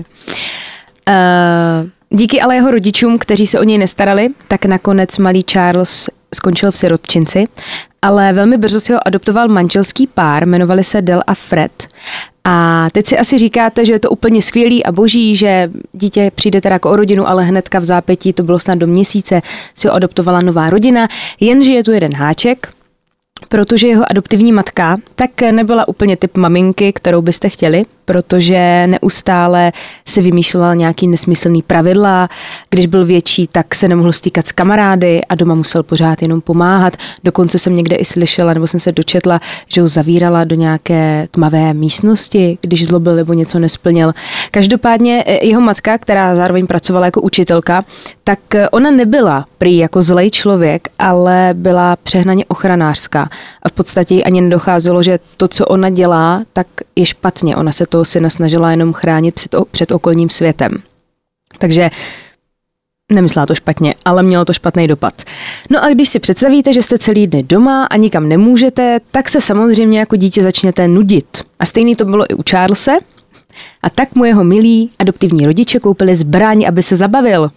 C: Díky ale jeho rodičům, kteří se o něj nestarali, tak nakonec malý Charles skončil v sirotčinci, ale velmi brzo si ho adoptoval manželský pár, jmenovali se Del a Fred. A teď si asi říkáte, že je to úplně skvělý a boží, že dítě přijde teda jako o rodinu, ale hnedka v zápětí, to bylo snad do měsíce, si ho adoptovala nová rodina, jenže je tu jeden háček, protože jeho adoptivní matka tak nebyla úplně typ maminky, kterou byste chtěli, protože neustále si vymýšlela nějaký nesmyslný pravidla. Když byl větší, tak se nemohl stýkat s kamarády a doma musel pořád jenom pomáhat. Dokonce jsem někde i slyšela, nebo jsem se dočetla, že ho zavírala do nějaké tmavé místnosti, když zlobil nebo něco nesplnil. Každopádně jeho matka, která zároveň pracovala jako učitelka, tak ona nebyla prý jako zlej člověk, ale byla přehnaně ochranářská. A v podstatě jí ani nedocházelo, že to, co ona dělá, tak je špatně. Ona se toho syna snažila jenom chránit před okolním světem. Takže nemyslela to špatně, ale mělo to špatný dopad. No a když si představíte, že jste celý den doma a nikam nemůžete, tak se samozřejmě jako dítě začnete nudit. A stejný to bylo i u Charlese. A tak mu jeho milí adoptivní rodiče koupili zbraň, aby se zabavil.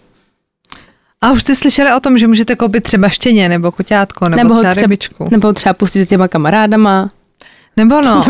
B: A už jste slyšeli o tom, že můžete koupit třeba štěně, nebo koťátko, nebo třeba rybičku.
C: Nebo třeba pustit s těma kamarádama.
B: Nebo no.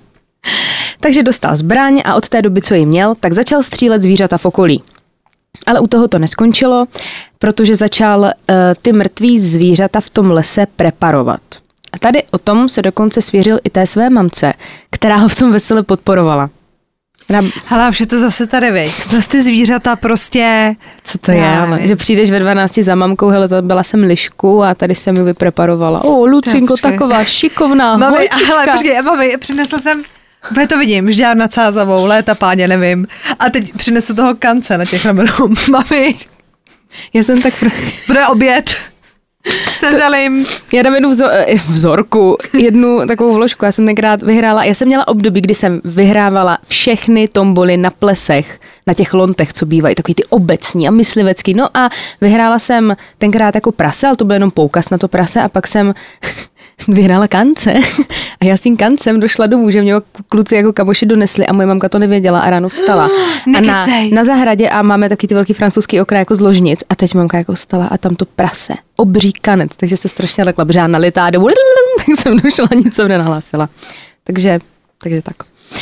C: Takže dostal zbraň a od té doby, co ji měl, tak začal střílet zvířata v okolí. Ale u toho to neskončilo, protože začal ty mrtvý zvířata v tom lese preparovat. A tady o tom se dokonce svěřil i té své mamce, která ho v tom vesele podporovala.
B: Hele, už je to zase tady, vej. Zase ty zvířata prostě...
C: Co to je, ale že přijdeš ve 12 za mamkou, hele, zabila jsem lišku a tady jsem ji vypreparovala. Lucinko, taková šikovná holčička.
B: Hele, počkej, mami, přinesla jsem... Úplně to vidím, žďár nad Sázavou, léta páně, nevím. A teď přinesu toho kance na těch ramenů. Mami,
C: já jsem tak...
B: Bude oběd. Se zelím.
C: Já dám jednu vzorku, jednu takovou vložku. Já jsem tenkrát vyhrála, já jsem měla období, kdy jsem vyhrávala všechny tomboly na plesech, na těch lontech, co bývají, takový ty obecní a myslivecký. No a vyhrála jsem tenkrát jako prase, ale to byl jenom poukaz na to prase a pak jsem vyhrála kance a já s tím kancem došla domů, že mě kluci jako kamoši donesli a moje mamka to nevěděla a ráno vstala. A na zahradě a máme taky ty velký francouzský okna jako z ložnic a teď mamka jako vstala a tam to prase, obří kanec, takže se strašně lekla, protože já nalitá domů, tak jsem došla, nic jsem nenahlásila. Takže tak.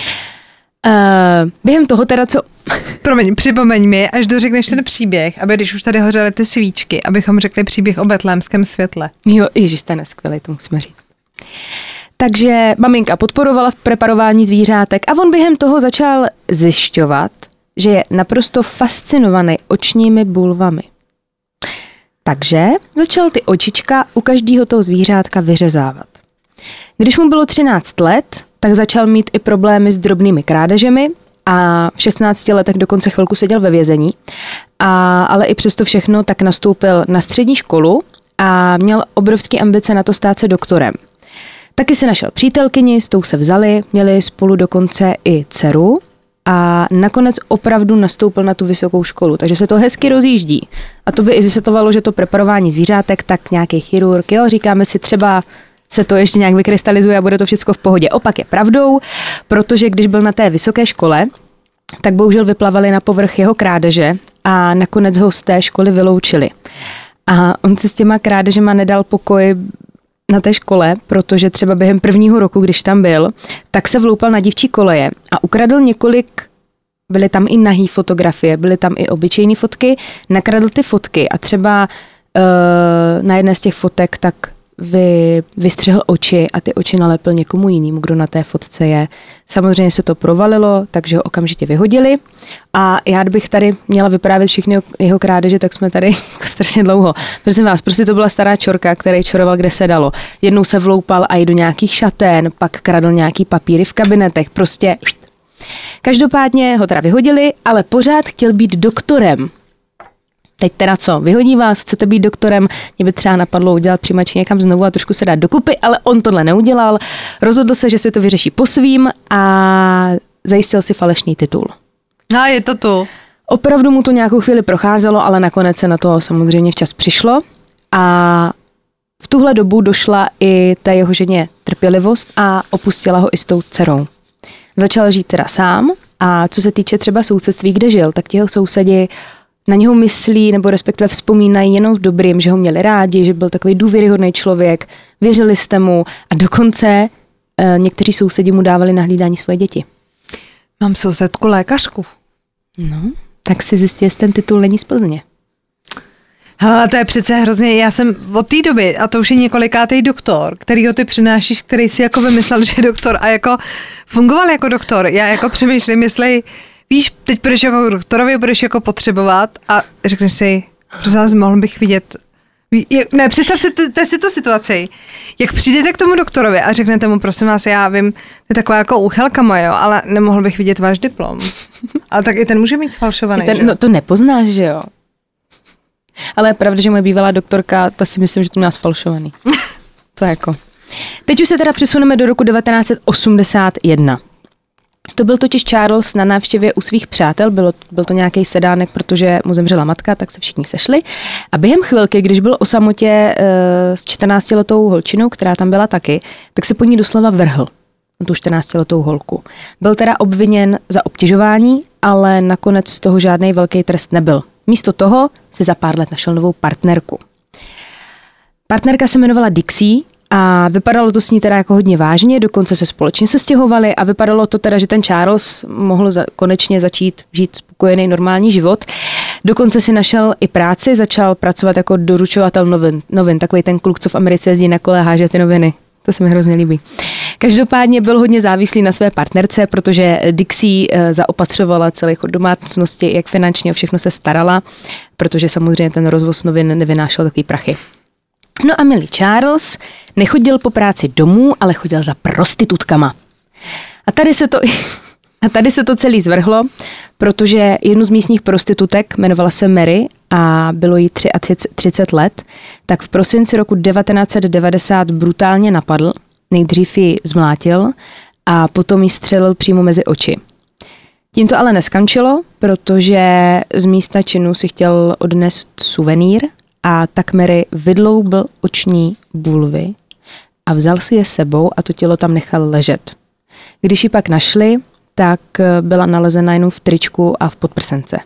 C: Během toho teda, co...
B: Promiň, připomeň mi, až dořekneš ten příběh, aby když už tady hořely ty svíčky, abychom řekli příběh o betlémském světle.
C: Jo, ježiš, to je neskvělý, to musíme říct. Takže maminka podporovala v preparování zvířátek a on během toho začal zjišťovat, že je naprosto fascinovaný očními bulvami. Takže začal ty očička u každého toho zvířátka vyřezávat. Když mu bylo 13 let, tak začal mít i problémy s drobnými krádežemi a v 16 letech dokonce chvilku seděl ve vězení. Ale i přesto všechno tak nastoupil na střední školu a měl obrovské ambice na to stát se doktorem. Taky si našel přítelkyni, s tou se vzali, měli spolu dokonce i dceru a nakonec opravdu nastoupil na tu vysokou školu, takže se to hezky rozjíždí. A to by i vysvětlovalo, že to preparování zvířátek, tak nějaký chirurg, jo, říkáme si třeba se to ještě nějak vykrystalizuje a bude to všechno v pohodě. Opak je pravdou, protože když byl na té vysoké škole, tak bohužel vyplavali na povrch jeho krádeže a nakonec ho z té školy vyloučili. A on si s těma krádežema nedal pokoj na té škole, protože třeba během prvního roku, když tam byl, tak se vloupal na dívčí koleje a ukradl byly tam i nahý fotografie, byly tam i obyčejné fotky, nakradl ty fotky a třeba na jedné z těch fotek tak vystřihl oči a ty oči nalepil někomu jinému, kdo na té fotce je. Samozřejmě se to provalilo, takže ho okamžitě vyhodili a já bych tady měla vyprávět všechny jeho krádeže, tak jsme tady jako strašně dlouho. Prosím vás, prostě to byla stará čorka, který čoroval, kde se dalo. Jednou se vloupal i do nějakých šatén, pak kradl nějaký papíry v kabinetech, prostě. Každopádně ho teda vyhodili, ale pořád chtěl být doktorem. Teď teda co, vyhodí vás, chcete být doktorem, mě by třeba napadlo udělat přijímačky někam znovu a trošku se dát dokupy, ale on tohle neudělal. Rozhodl se, že si to vyřeší po svým a zajistil si falešný titul.
B: A je to tu.
C: Opravdu mu to nějakou chvíli procházelo, ale nakonec se na to samozřejmě včas přišlo a v tuhle dobu došla i té jeho ženě trpělivost a opustila ho i s tou dcerou. Začal žít teda sám a co se týče třeba sousedství, kde žil, tak jeho sousedi na něho myslí nebo respektive vzpomínají jenom v dobrým, že ho měli rádi, že byl takový důvěryhodný člověk, věřili jste mu a dokonce někteří sousedi mu dávali na hlídání svoje děti.
B: Mám sousedku lékařku.
C: No, tak si zjistí, jestli ten titul není z Plzně.
B: Hele, to je přece hrozně, já jsem od té doby, a to už je několikátý doktor, kterýho ty přinášíš, který si jako vymyslel, že je doktor a jako fungoval jako doktor. Já jako přemýšlím, jestli víš, teď budeš jako doktorovi, budeš jako potřebovat a řekneš si, prosím, mohl bych vidět. Ne, představ si tu situaci. Jak přijdete k tomu doktorovi a řeknete mu, prosím vás, já vím, to je taková jako úchelka moje, ale nemohl bych vidět váš diplom. Ale tak i ten může mít falšovaný,
C: no to nepoznáš, že jo? Ale je pravda, že moje bývalá doktorka, ta si myslím, že to měla sfalšovaný. To jako. Teď už se teda přesuneme do roku 1981. To byl totiž Charles na návštěvě u svých přátel, byl to nějaký sedánek, protože mu zemřela matka, tak se všichni sešli. A během chvilky, když byl o samotě s 14letou holčinou, která tam byla taky, tak se po ní doslova vrhl na tu 14letou holku. Byl teda obviněn za obtěžování, ale nakonec z toho žádný velký trest nebyl. Místo toho si za pár let našel novou partnerku. Partnerka se jmenovala Dixie a vypadalo to s ní teda jako hodně vážně, dokonce se společně sestěhovali a vypadalo to teda, že ten Charles mohl konečně začít žít spokojený normální život. Dokonce si našel i práci, začal pracovat jako doručovatel novin, takový ten kluk, co v Americe jezdí na kole, háže ty noviny. To se mi hrozně líbí. Každopádně byl hodně závislý na své partnerce, protože Dixie zaopatřovala celý chod domácnosti, jak finančně o všechno se starala, protože samozřejmě ten rozvoz novin nevynášel takový prachy. No a milý Charles nechodil po práci domů, ale chodil za prostitutkama. A tady se to celý zvrhlo, protože jednu z místních prostitutek, jmenovala se Mary a bylo jí 33 let, tak v prosinci roku 1990 brutálně napadl, nejdřív ji zmlátil a potom ji střelil přímo mezi oči. Tím to ale neskončilo, protože z místa činu si chtěl odnést suvenýr a tak Mary vydloubl oční bulvy a vzal si je sebou a to tělo tam nechal ležet. Když ji pak našli, tak byla nalezena jenom v tričku a v podprsence.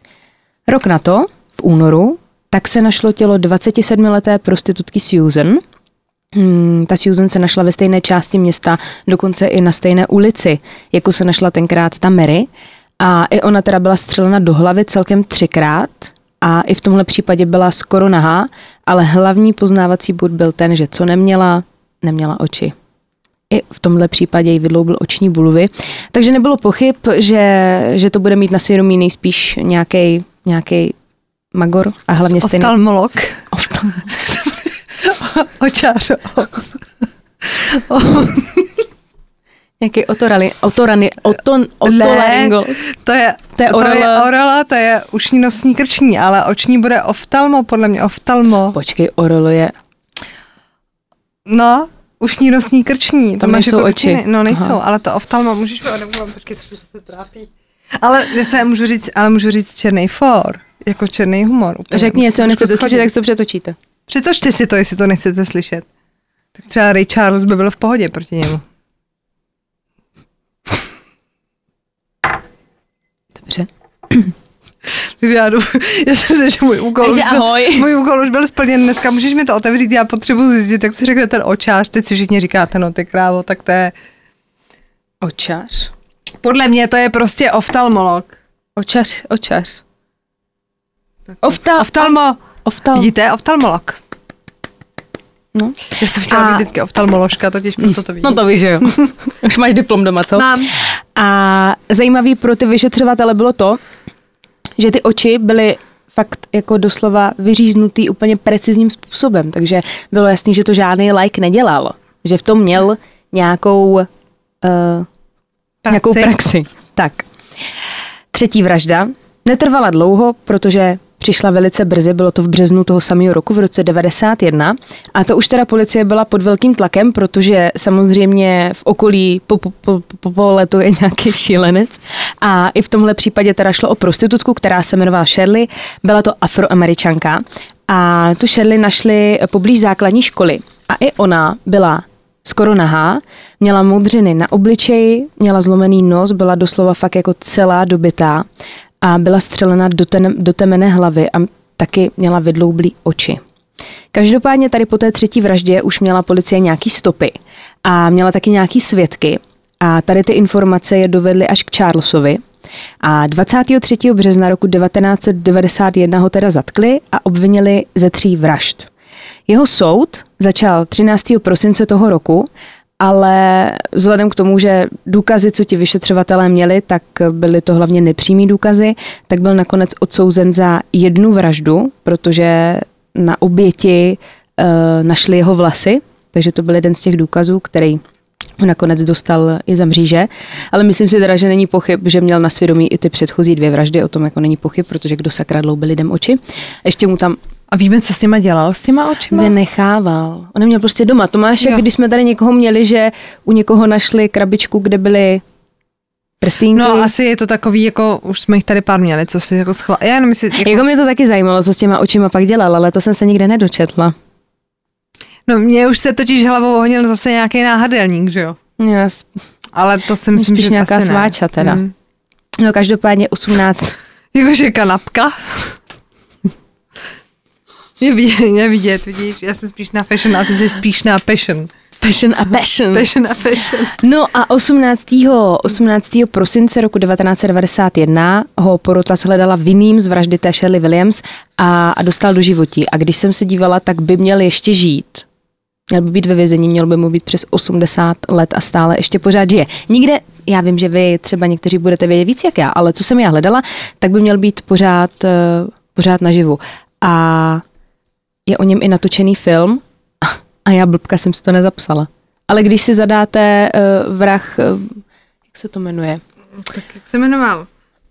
C: Rok na to, v únoru, tak se našlo tělo 27leté prostitutky Susan. Ta Susan se našla ve stejné části města, dokonce i na stejné ulici, jako se našla tenkrát ta Mary. A i ona teda byla střelena do hlavy celkem 3krát a i v tomhle případě byla skoro nahá, ale hlavní poznávací bod byl ten, že co neměla oči. I v tomhle případě jí vydloubil oční bulvy. Takže nebylo pochyb, že to bude mít na svědomí nejspíš nějaký magor a hlavně stejný...
B: Oftalmolog. Očář.
C: Nějaký otolaryngol.
B: To je orala, to je ušní nosní krční, ale oční bude oftalmo, podle mě oftalmo.
C: Počkej, orolo je...
B: No, ušní nosní krční.
C: Tam nejsou jako oči.
B: Krčiny. No nejsou, ale to oftalmo, můžeš mi odemluvat, počkej, to se trápí. Ale můžu říct černý for, jako černý humor. Úplně.
C: Řekni, jestli ho nechcete slyšet, tak si to přetočíte.
B: Přetočte si to, jestli to nechcete slyšet. Tak třeba Ray Charles by byl v pohodě proti němu.
C: Dobře.
B: Já si myslím, že můj úkol už byl splněn dneska. Můžeš mi to otevřít, já potřebuji zjistit, tak si řekne ten očář. Teď si všichni říkáte, no ty krávo, tak to je...
C: Očář?
B: Podle mě to je prostě oftalmolog.
C: Očář.
B: Vidíte, oftalmolog.
C: No.
B: Já jsem chtěla být vždycky oftalmoložka, totiž proto to vidím.
C: No to víš, jo. Už máš diplom doma, co?
B: Mám.
C: A zajímavý pro ty vyšetřovatele bylo to, že ty oči byly fakt jako doslova vyříznutý úplně precizním způsobem, takže bylo jasný, že to žádný laik nedělal, že v tom měl nějakou praxi. Tak. Třetí vražda netrvala dlouho, protože přišla velice brzy, bylo to v březnu toho samého roku, v roce 91. A to už teda policie byla pod velkým tlakem, protože samozřejmě v okolí po letu je nějaký šílenec. A i v tomhle případě teda šlo o prostitutku, která se jmenovala Shirley. Byla to Afroameričanka. A tu Shirley našli poblíž základní školy. A i ona byla skoro nahá, měla modřiny na obličeji, měla zlomený nos, byla doslova fakt jako celá dobytá a byla střelena do temené hlavy a taky měla vydloublý oči. Každopádně tady po té třetí vraždě už měla policie nějaký stopy a měla taky nějaký svědky a tady ty informace je dovedly až k Charlesovi a 23. března roku 1991 ho teda zatkli a obvinili ze 3 vražd. Jeho soud začal 13. prosince toho roku, ale vzhledem k tomu, že důkazy, co ti vyšetřovatelé měli, tak byly to hlavně nepřímý důkazy, tak byl nakonec odsouzen za 1 vraždu, protože na oběti našli jeho vlasy, takže to byl jeden z těch důkazů, který nakonec dostal i za mříže. Ale myslím si teda, že není pochyb, že měl na svědomí i ty předchozí 2 vraždy, o tom jako není pochyb, protože kdo sakra dloubil lidem oči. Ještě mu tam...
B: A víme, co s těma dělal, s těma očima?
C: Nechával. On měl prostě doma. To máš, jak když jsme tady někoho měli, že u někoho našli krabičku, kde byly prstínky.
B: No asi je to takový, jako už jsme jich tady pár měli, co si jako schvál. Já nevím,
C: jako mě to taky zajímalo, co s těma očima pak dělal, ale to jsem se nikde nedočetla.
B: No mě už se totiž hlavou honil zase nějaký náhrdelník, že jo?
C: Yes.
B: Ale to si myslím,
C: že nějaká
B: asi
C: sváča teda. No každopádně 18.
B: Jakože kanapka. Je vidět, vidíš, já jsem spíš na fashion a ty jsi spíš na passion.
C: Passion a passion.
B: Passion a passion.
C: No a 18. prosince roku 1991 ho porota shledala vinným z vraždy té Shirley Williams a dostal do životí. A když jsem se dívala, tak by měl ještě žít. Měl by být ve vězení, měl by mu být přes 80 let a stále ještě pořád žije. Nikde, já vím, že vy třeba někteří budete vědět víc jak já, ale co jsem já hledala, tak by měl být pořád naživu. A je o něm i natočený film a já blbka jsem si to nezapsala. Ale když si zadáte vrah, jak se to jmenuje?
B: Tak jak se jmenoval?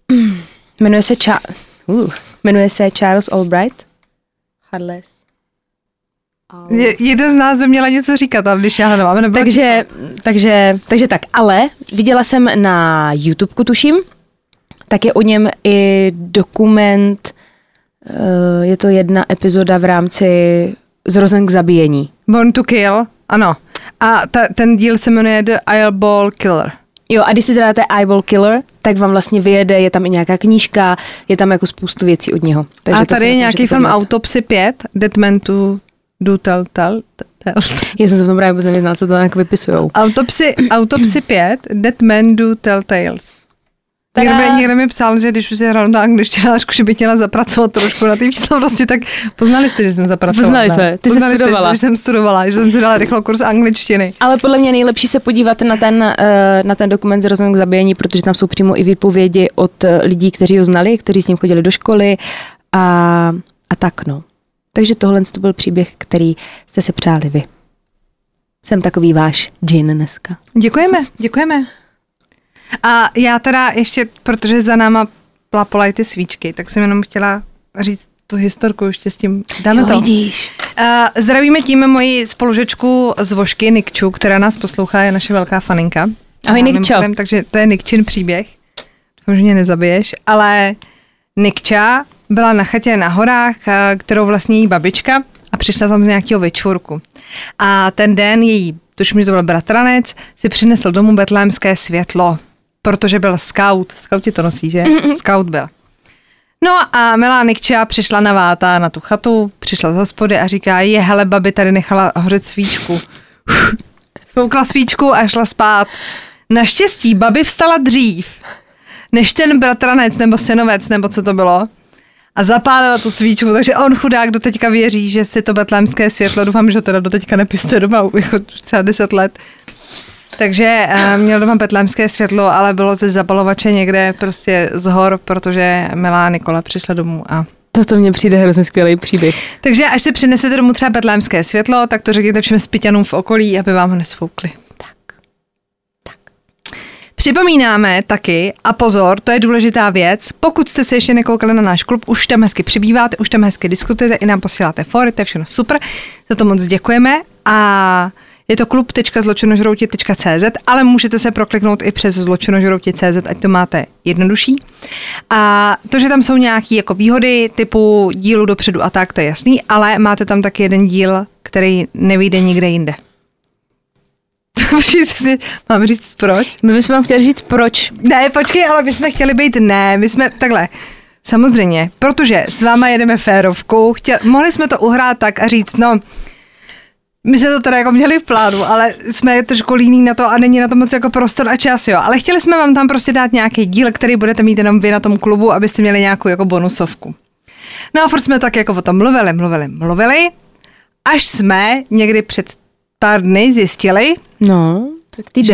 C: Jmenuje se Charles Albright. Harless.
B: Jeden z nás by měla něco říkat, ale když já hledám,
C: takže tak, ale viděla jsem na YouTubeku, tuším, tak je o něm i dokument. Je to 1 epizoda v rámci Zrozen k zabíjení.
B: Born to Kill, ano. A ten díl se jmenuje The Eyeball Killer.
C: Jo, a když si zadáte Eyeball Killer, tak vám vlastně vyjede, je tam i nějaká knížka, je tam jako spoustu věcí od něho. Takže
B: a tady je nějaký film Autopsy 5, Dead Man to Do Tell.
C: Já jsem se v tom právě vůbec nevěděla, co to tak vypisujou.
B: Autopsy 5, Dead Man Do Tell Tales. Někde mi psal, že když už se hrál na angličtinářku, že by chtěla zapracovat trošku na ty čísla, prostě tak poznali jste, že jsem zapracovala.
C: Poznali jsme, ty jsi studovala.
B: Že jsem studovala, že jsem si dala rychlo kurz angličtiny.
C: Ale podle mě nejlepší se podívat na ten dokument Zrozen k zabíjení, protože tam jsou přímo i výpovědi od lidí, kteří ho znali, kteří s ním chodili do školy a tak no. Takže tohle to byl příběh, který jste si přáli vy. Jsem takový váš džin dneska.
B: Děkujeme. A já teda ještě, protože za náma plapolají ty svíčky, tak jsem jenom chtěla říct tu historku ještě s tím. Dáme to.
C: Vidíš.
B: Zdravíme tím moji spolužečku z Vošky, Nikču, která nás poslouchá, je naše velká faninka.
C: Ahoj Nikčo.
B: Takže to je Nikčin příběh. Doufám, že mě nezabiješ, ale Nikča byla na chatě na horách, kterou vlastní její babička a přišla tam z nějakého večůrku. A ten den její, tuším, že to byl bratranec, si přinesl domů betlémské světlo, protože byl scout. Scouti to nosí, že? Scout byl. No a milá Nikča přišla navátá na tu chatu, přišla z hospody a říká, hele, babi tady nechala hořet svíčku. Spoukla svíčku a šla spát. Naštěstí babi vstala dřív, než ten bratranec nebo synovec, nebo co to bylo, a zapálila tu svíčku, takže on chudák do teďka věří, že si to betlémské světlo, doufám, že teda do teďka nepěstuje doma, jako třeba 10 let. Takže měl doma betlémské světlo, ale bylo ze zapalovače někde prostě z hor, protože milá Nikola přišla domů a...
C: To mně přijde hrozně skvělý příběh.
B: Takže až si přinesete domů třeba betlémské světlo, tak to řekněte všem Spiťanům v okolí, aby vám ho nesfoukli.
C: Tak.
B: Připomínáme taky, a pozor, to je důležitá věc, pokud jste se ještě nekoukali na náš klub, už tam hezky přibýváte, už tam hezky diskutujete, i nám posíláte fóry, to je všechno super, za to moc děkujeme a je to klub.zločinožrouti.cz, ale můžete se prokliknout i přes zločinožrouti.cz, ať to máte jednodušší. A to, že tam jsou nějaké jako výhody typu dílu dopředu a tak, to je jasný, ale máte tam taky jeden díl, který nevyjde nikde jinde. Mám říct proč?
C: My bychom vám chtěli říct proč.
B: Ne, počkej, ale my jsme chtěli být, my jsme takhle. Samozřejmě, protože s váma jedeme férovku, mohli jsme to uhrát tak a říct, no, my jsme to teda jako měli v plánu, ale jsme trošku líní na to a není na to moc jako prostor a čas, jo. Ale chtěli jsme vám tam prostě dát nějaký díl, který budete mít jenom vy na tom klubu, abyste měli nějakou jako bonusovku. No a furt jsme tak jako o tom mluvili, až jsme někdy před pár dny zjistili,
C: no, tak
B: že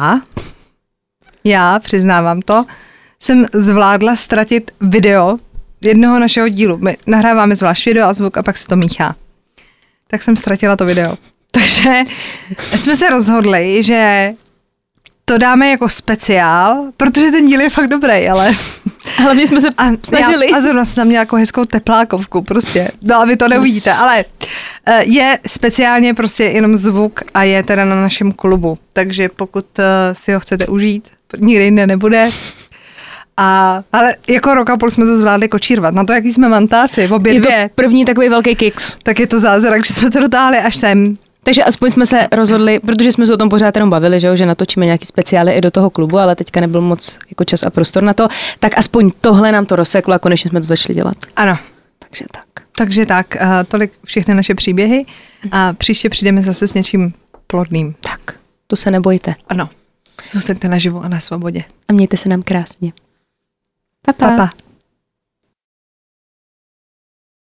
B: já, přiznávám to, jsem zvládla ztratit video jednoho našeho dílu. My nahráváme zvlášť video a zvuk a pak se to míchá. Tak jsem ztratila to video. Takže jsme se rozhodli, že to dáme jako speciál, protože ten díl je fakt dobrý, ale...
C: Hlavně jsme se snažili.
B: A zrovna jsem tam měla jako hezkou teplákovku prostě. No a vy to neuvidíte, ale je speciálně prostě jenom zvuk a je teda na našem klubu. Takže pokud si ho chcete užít, nikdy jinde nebude. Ale jako rok a půl jsme to zvládli kočírovat. Na to, jaký jsme mantáci, obě dvě.
C: Je to první takový velký kicks.
B: Tak je to zázrak, že jsme to dotáhli až sem.
C: Takže aspoň jsme se rozhodli, protože jsme se o tom pořád jenom bavili, že natočíme nějaký speciály i do toho klubu, ale teďka nebyl moc jako čas a prostor na to, tak aspoň tohle nám to rozseklo a konečně jsme to začali dělat.
B: Ano.
C: Takže tak.
B: Tolik všechny naše příběhy a příště přijdeme zase s něčím plodným.
C: Tak, to se nebojte.
B: Ano. Zůstaňte naživu a na svobodě.
C: A mějte se nám krásně. Pa.
B: Pa.